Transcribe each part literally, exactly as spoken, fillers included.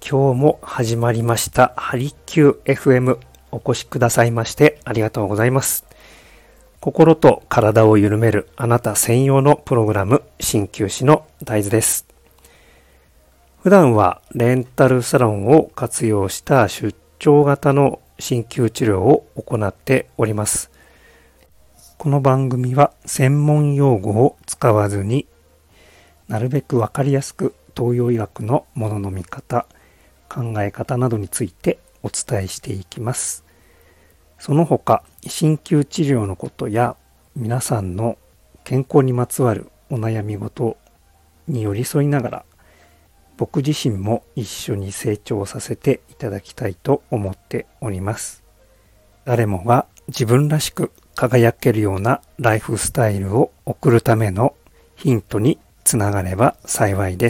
今日も始まりましたハリキュー エフエム。お越しくださいましてありがとうございます。心と体を緩めるあなた専用のプログラム、鍼灸師の大豆です。普段はレンタルサロンを活用した出張型の鍼灸治療を行っております。この番組は専門用語を使わずになるべくわかりやすく東洋医学のものの見方、考え方などについてお伝えしていきます。その他、鍼灸治療のことや皆さんの健康にまつわるお悩み事に寄り添いながら、僕自身も一緒に成長させていただきたいと思っております。誰もが自分らしく輝けるようなライフスタイルを送るためのヒントにつながれば幸いです。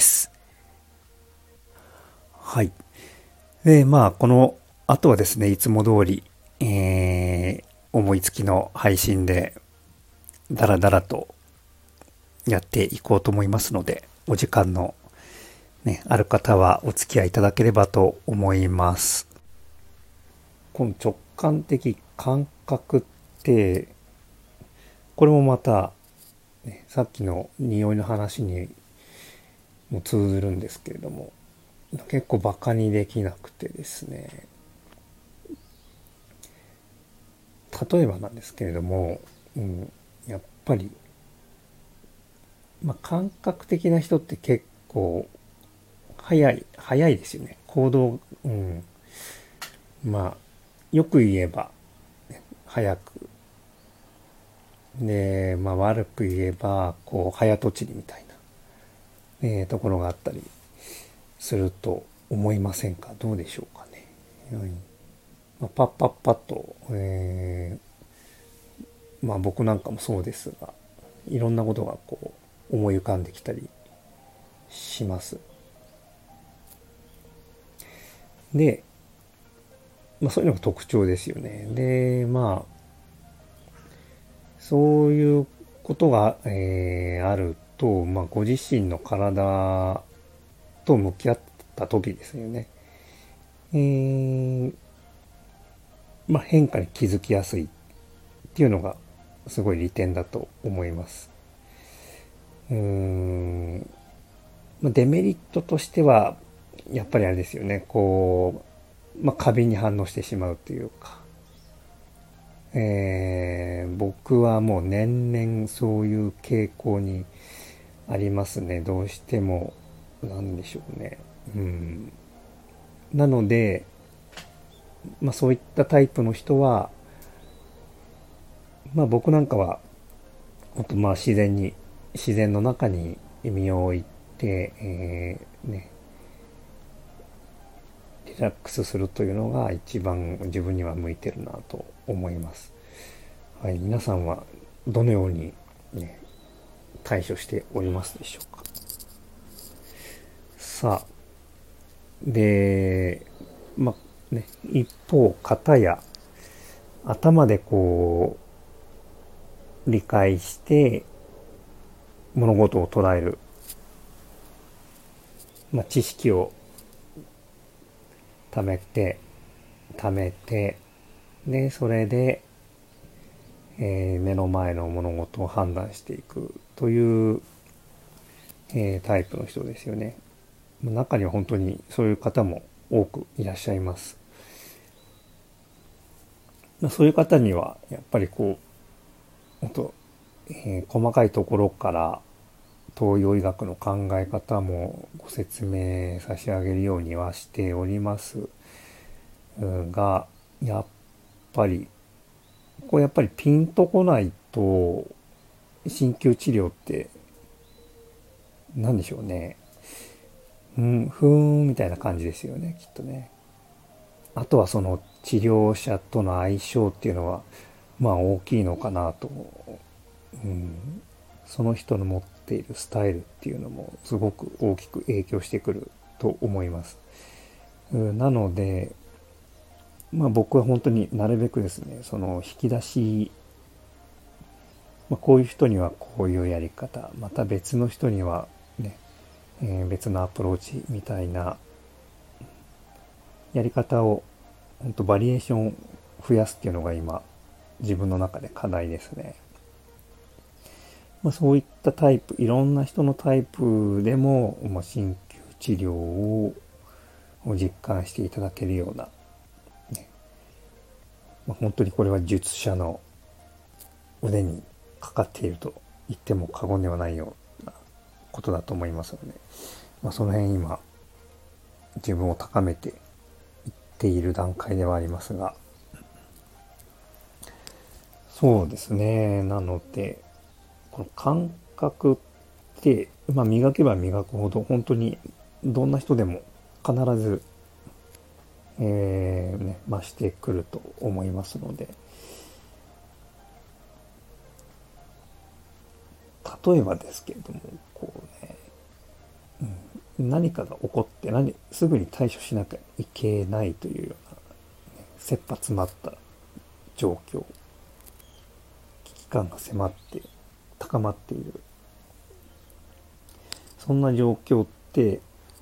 はい。で、まあ、この後はですね、いつも通り、えー、思いつきの配信で、だらだらとやっていこうと思いますので、お時間の、ね、ある方はお付き合いいただければと思います。この直感的感覚って、これもまた、ね、さっきの匂いの話にも通ずるんですけれども、結構バカにできなくてですね、例えばなんですけれども、うん、やっぱり、まあ、感覚的な人って結構早い早いですよね、行動。うん、まあよく言えば、ね、早くで、まあ、悪く言えばこう早とちりみたいな、えー、ところがあったりすると思いませんか？どうでしょうかね。うんまあ、パッパッパッと、えー、まあ僕なんかもそうですが、いろんなことがこう思い浮かんできたりします。で、まあそういうのが特徴ですよね。で、まあそういうことが、えー、あると、まあご自身の体と向き合った時ですよね。えー、まあ変化に気づきやすいっていうのがすごい利点だと思います。うーん、デメリットとしてはやっぱりあれですよね。こう、まあ、過敏に反応してしまうというか、えー、僕はもう年々そういう傾向にありますね。どうしても、なんでしょうね。うん。なので、まあそういったタイプの人は、まあ僕なんかは、ほんとまあ自然に、自然の中に身を置いて、えー、ね、リラックスするというのが一番自分には向いてるなと思います。はい、皆さんはどのように、ね、対処しておりますでしょうか。さあ、で、まあね、一方、型や頭でこう理解して物事を捉える、まあ、知識を貯めて貯めてでそれで、えー、目の前の物事を判断していくという、えー、タイプの人ですよね。中には本当にそういう方も多くいらっしゃいます。そういう方にはやっぱりこう本当、えー、細かいところから東洋医学の考え方もご説明差し上げるようにはしておりますが、やっぱりこうやっぱりピンとこないと鍼灸治療って何でしょうね、うん、ふーんみたいな感じですよね、きっとね。あとはその治療者との相性っていうのはまあ大きいのかなと、うん、その人の持っているスタイルっていうのもすごく大きく影響してくると思います。なので、まあ僕は本当になるべくですね、その引き出し、まあ、こういう人にはこういうやり方、また別の人にはね、えー別のアプローチみたいなやり方を本当バリエーション増やすっていうのが今自分の中で課題ですね。まあ、そういったタイプ、いろんな人のタイプでも、まあ、鍼灸治療を実感していただけるような、ね、まあ、本当にこれは術者の腕にかかっていると言っても過言ではないようなことだと思いますので、まあ、その辺今自分を高めていっている段階ではありますが、そうですね。なのでこの感覚って、まあ、磨けば磨くほど本当にどんな人でも必ず、えーね、増してくると思いますので、例えばですけれども、こうね、うん、何かが起こって何すぐに対処しなきゃいけないというような、ね、切羽詰まった状況、危機感が迫って高まっている、そんな状況って、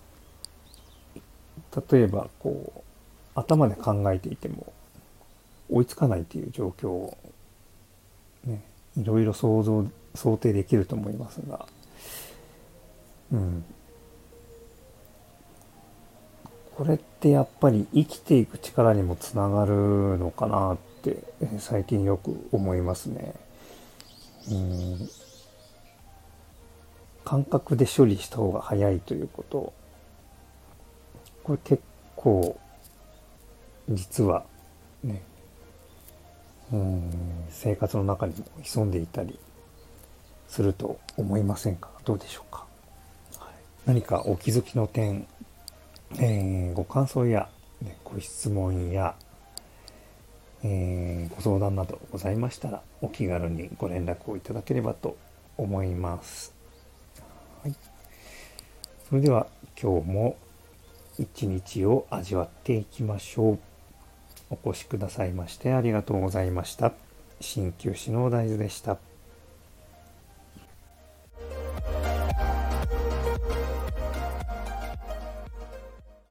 例えばこう頭で考えていても追いつかないという状況をね、いろいろ想像想定できると思いますが、うん、これってやっぱり生きていく力にもつながるのかなって最近よく思いますね。うん、感覚で処理した方が早いということ、これ結構実はね、うん、生活の中にも潜んでいたりすると思いませんか？どうでしょうか？はい、何かお気づきの点、えー、ご感想や、ね、ご質問や、えー、ご相談などございましたらお気軽にご連絡をいただければと思います。はい、それでは今日も一日を味わっていきましょう。お越しくださいましてありがとうございました。鍼灸師の大豆でした。